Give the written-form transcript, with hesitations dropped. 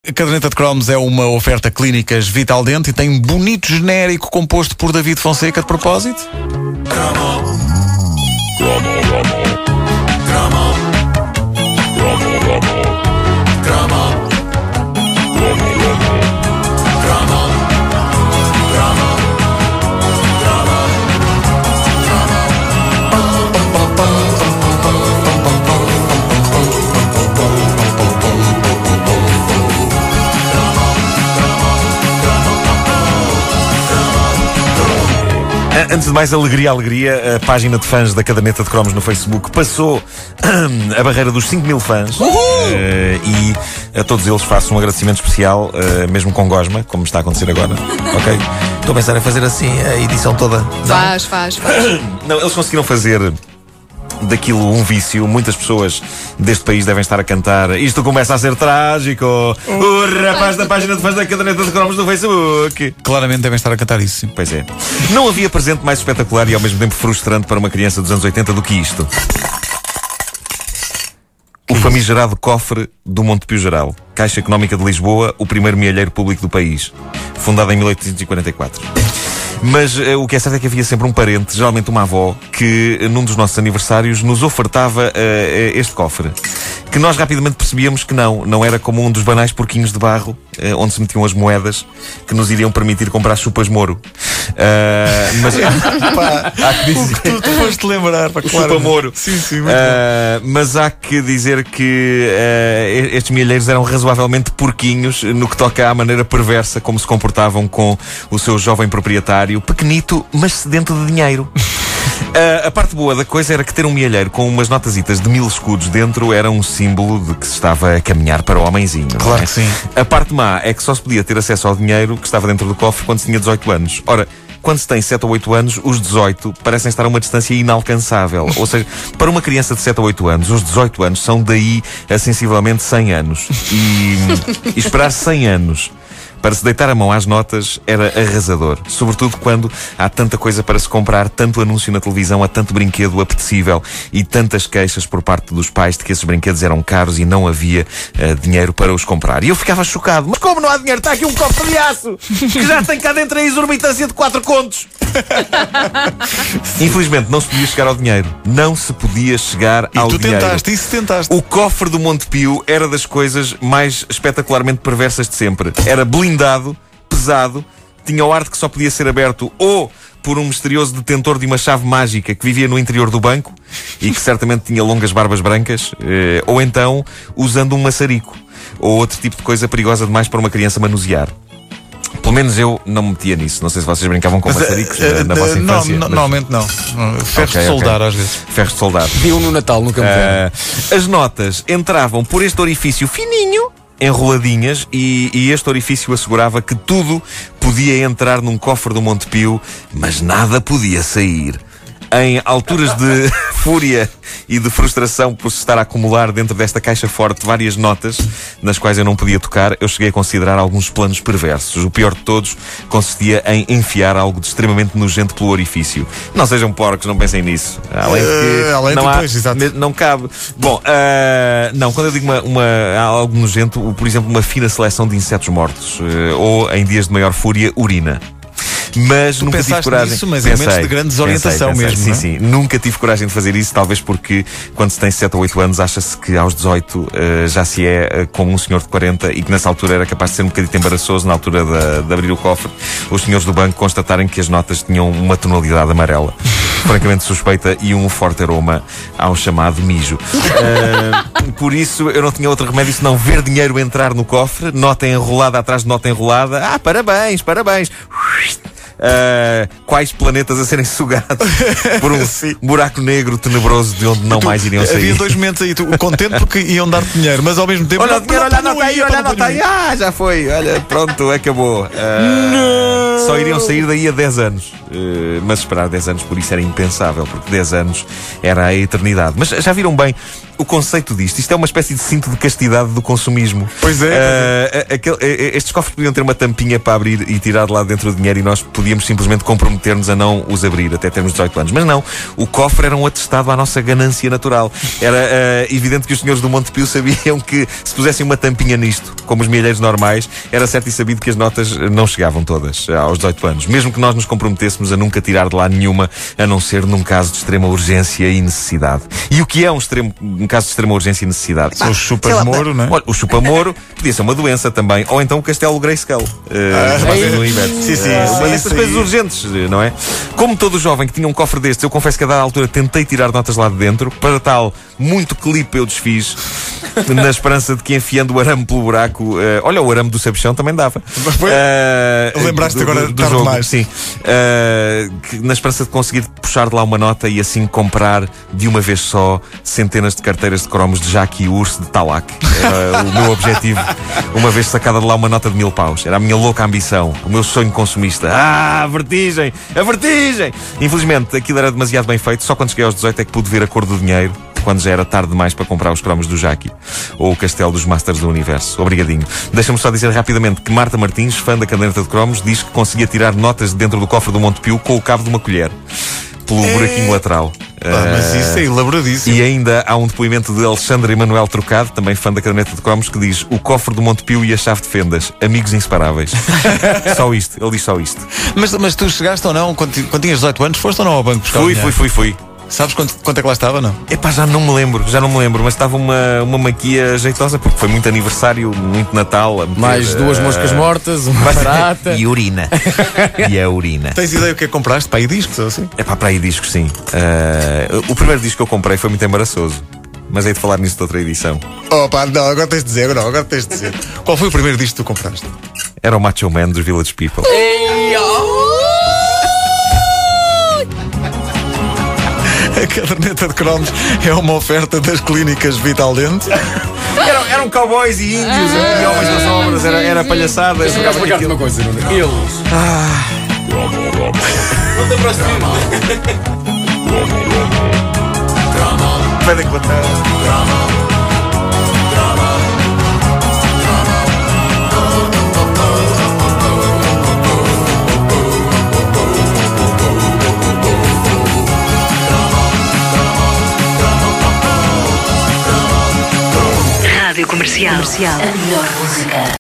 A caderneta de cromos é uma oferta Clínicas Vitaldent e tem um bonito genérico composto por David Fonseca de propósito. Antes de mais, alegria, a página de fãs da caderneta de cromos no Facebook passou a barreira dos 5.000 fãs. E a todos eles faço um agradecimento especial, mesmo com gosma, como está a acontecer agora. Ok? Estou a pensar em fazer assim a edição toda. Faz. Não, eles conseguiram fazer daquilo um vício. Muitas pessoas deste país devem estar a cantar: isto começa a ser trágico. O rapaz da página de fãs da caderneta de cromos no Facebook. Claramente devem estar a cantar isso, sim. Pois é. Não havia presente mais espetacular e ao mesmo tempo frustrante para uma criança dos anos 80 do que isto. O famigerado cofre do Montepio Geral, Caixa Económica de Lisboa, o primeiro mielheiro público do país, fundado em 1844. Mas o que é certo é que havia sempre um parente, geralmente uma avó, que num dos nossos aniversários nos ofertava este cofre. Que nós rapidamente percebíamos que não era como um dos banais porquinhos de barro, onde se metiam as moedas que nos iriam permitir comprar chupas Moro. Mas há que dizer... Tu foste lembrar, para claro. Chupa Moro. Sim, muito mas há que dizer que estes milheiros eram razoavelmente porquinhos no que toca à maneira perversa como se comportavam com o seu jovem proprietário, pequenito, mas sedento de dinheiro. A parte boa da coisa era que ter um mielheiro com umas notasitas de 1000 escudos dentro era um símbolo de que se estava a caminhar para o homenzinho. Claro que sim. A parte má é que só se podia ter acesso ao dinheiro que estava dentro do cofre quando se tinha 18 anos. Ora, quando se tem 7 ou 8 anos, os 18 parecem estar a uma distância inalcançável. Ou seja, para uma criança de 7 ou 8 anos, os 18 anos são daí a sensivelmente 100 anos. E esperar 100 anos para se deitar a mão às notas era arrasador. Sobretudo quando há tanta coisa para se comprar, tanto anúncio na televisão, há tanto brinquedo apetecível e tantas queixas por parte dos pais de que esses brinquedos eram caros e não havia dinheiro para os comprar. E eu ficava chocado. Mas como não há dinheiro? Está aqui um copo de aço que já tem cá dentro a exorbitância de 4 contos. Infelizmente não se podia chegar ao dinheiro. Não se podia chegar ao dinheiro. E tu tentaste. O cofre do Montepio era das coisas mais espetacularmente perversas de sempre. Era blindado, pesado, tinha o ar de que só podia ser aberto ou por um misterioso detentor de uma chave mágica que vivia no interior do banco e que certamente tinha longas barbas brancas, ou então usando um maçarico ou outro tipo de coisa perigosa demais para uma criança manusear. Pelo menos eu não me metia nisso. Não sei se vocês brincavam com maçaricos na vossa infância. Normalmente não. Ferros de soldar, às vezes. Ferros de soldar. Vi-o no Natal, nunca me vi. As notas entravam por este orifício fininho, enroladinhas, e este orifício assegurava que tudo podia entrar num cofre do Montepio, mas nada podia sair. Em alturas de fúria e de frustração por se estar a acumular dentro desta caixa forte várias notas nas quais eu não podia tocar, eu cheguei a considerar alguns planos perversos. O pior de todos consistia em enfiar algo de extremamente nojento pelo orifício. Não sejam porcos, não pensem nisso. Além de que não cabe. Bom, não, quando eu digo algo nojento, por exemplo, uma fina seleção de insetos mortos, ou em dias de maior fúria, urina. Mas nunca tive coragem. Nisso, mas em momentos de grande desorientação mesmo. Sim. Nunca tive coragem de fazer isso, talvez porque quando se tem 7 ou 8 anos acha-se que aos 18 já se é como um senhor de 40 e que nessa altura era capaz de ser um bocadinho embaraçoso na altura de abrir o cofre, os senhores do banco constatarem que as notas tinham uma tonalidade amarela, francamente suspeita, e um forte aroma ao chamado mijo. Por isso eu não tinha outro remédio senão ver dinheiro entrar no cofre, nota enrolada atrás de nota enrolada. Parabéns! Quais planetas a serem sugados por um buraco negro tenebroso de onde não mais iriam sair. Havia 2 momentos aí, contente porque iam dar dinheiro, mas ao mesmo tempo olha o dinheiro, olha a nota aí, já foi, olha, pronto, acabou. Só iriam sair daí a 10 anos, mas esperar 10 anos por isso era impensável, porque 10 anos era a eternidade. Mas já viram bem o conceito isto é uma espécie de cinto de castidade do consumismo. Pois é. Estes cofres podiam ter uma tampinha para abrir e tirar de lá dentro o dinheiro, e nós podíamos simplesmente comprometer-nos a não os abrir até termos 18 anos. Mas não, o cofre era um atestado à nossa ganância natural. Era evidente que os senhores do Montepio sabiam que se pusessem uma tampinha nisto, como os milheiros normais, era certo e sabido que as notas não chegavam todas aos 18 anos. Mesmo que nós nos comprometêssemos a nunca tirar de lá nenhuma, a não ser num caso de extrema urgência e necessidade. E o que é um caso de extrema urgência e necessidade? São os chupas-moro, não é? Olha, o chupa-moro podia ser uma doença também. Ou então o Castelo Grayskull. No universo. Uma dessas coisas urgentes, não é? Como todo jovem que tinha um cofre destes, eu confesso que a dada altura tentei tirar notas lá de dentro. Para tal, muito clipe eu desfiz, na esperança de que enfiando o arame pelo buraco... olha, o arame do sabichão também dava. Lembraste agora do jogo, mais. sim. Na esperança de conseguir puxar de lá uma nota e assim comprar de uma vez só centenas de carteiras de cromos de Jaque e Urso de Talac. Era o meu objetivo, uma vez sacada de lá uma nota de 1000 paus. Era a minha louca ambição, o meu sonho consumista. A vertigem! A vertigem! Infelizmente, aquilo era demasiado bem feito. Só quando cheguei aos 18 é que pude ver a cor do dinheiro, quando já era tarde demais para comprar os cromos do Jaque ou o Castelo dos Masters do Universo. Obrigadinho. Deixa-me só dizer rapidamente que Marta Martins, fã da caderneta de cromos, diz que conseguia tirar notas de dentro do cofre do Montepio com o cabo de uma colher, pelo buraquinho lateral. Mas isso é elaboradíssimo. E ainda há um depoimento de Alexandre Emanuel Trocado, também fã da caderneta de cromos, que diz: o cofre do Montepio e a chave de fendas, amigos inseparáveis. Só isto, ele diz só isto. Mas tu chegaste ou não? Quando tinhas 18 anos, foste ou não ao banco buscar o dinheiro? Fui. Sabes quanto é que lá estava, não? Epá, já não me lembro, mas estava uma maquia jeitosa, porque foi muito aniversário, muito Natal. Mais 2 moscas mortas, uma barata. E urina. E a urina. Tens ideia o que é que compraste? Para aí discos ou assim? Epá, para aí discos, sim. O primeiro disco que eu comprei foi muito embaraçoso, mas hei de falar nisso de outra edição. Oh pá, não, agora tens de dizer, Qual foi o primeiro disco que tu compraste? Era o Macho Man dos Village People. A caderneta de cromos é uma oferta das clínicas Vital Dente. Eram cowboys e índios e homens das obras, era palhaçada. Deixa-me explicar-te uma coisa, Nuno. Eles. Não tem próximo. Vai da Inglaterra. Rádio Comercial. A melhor música.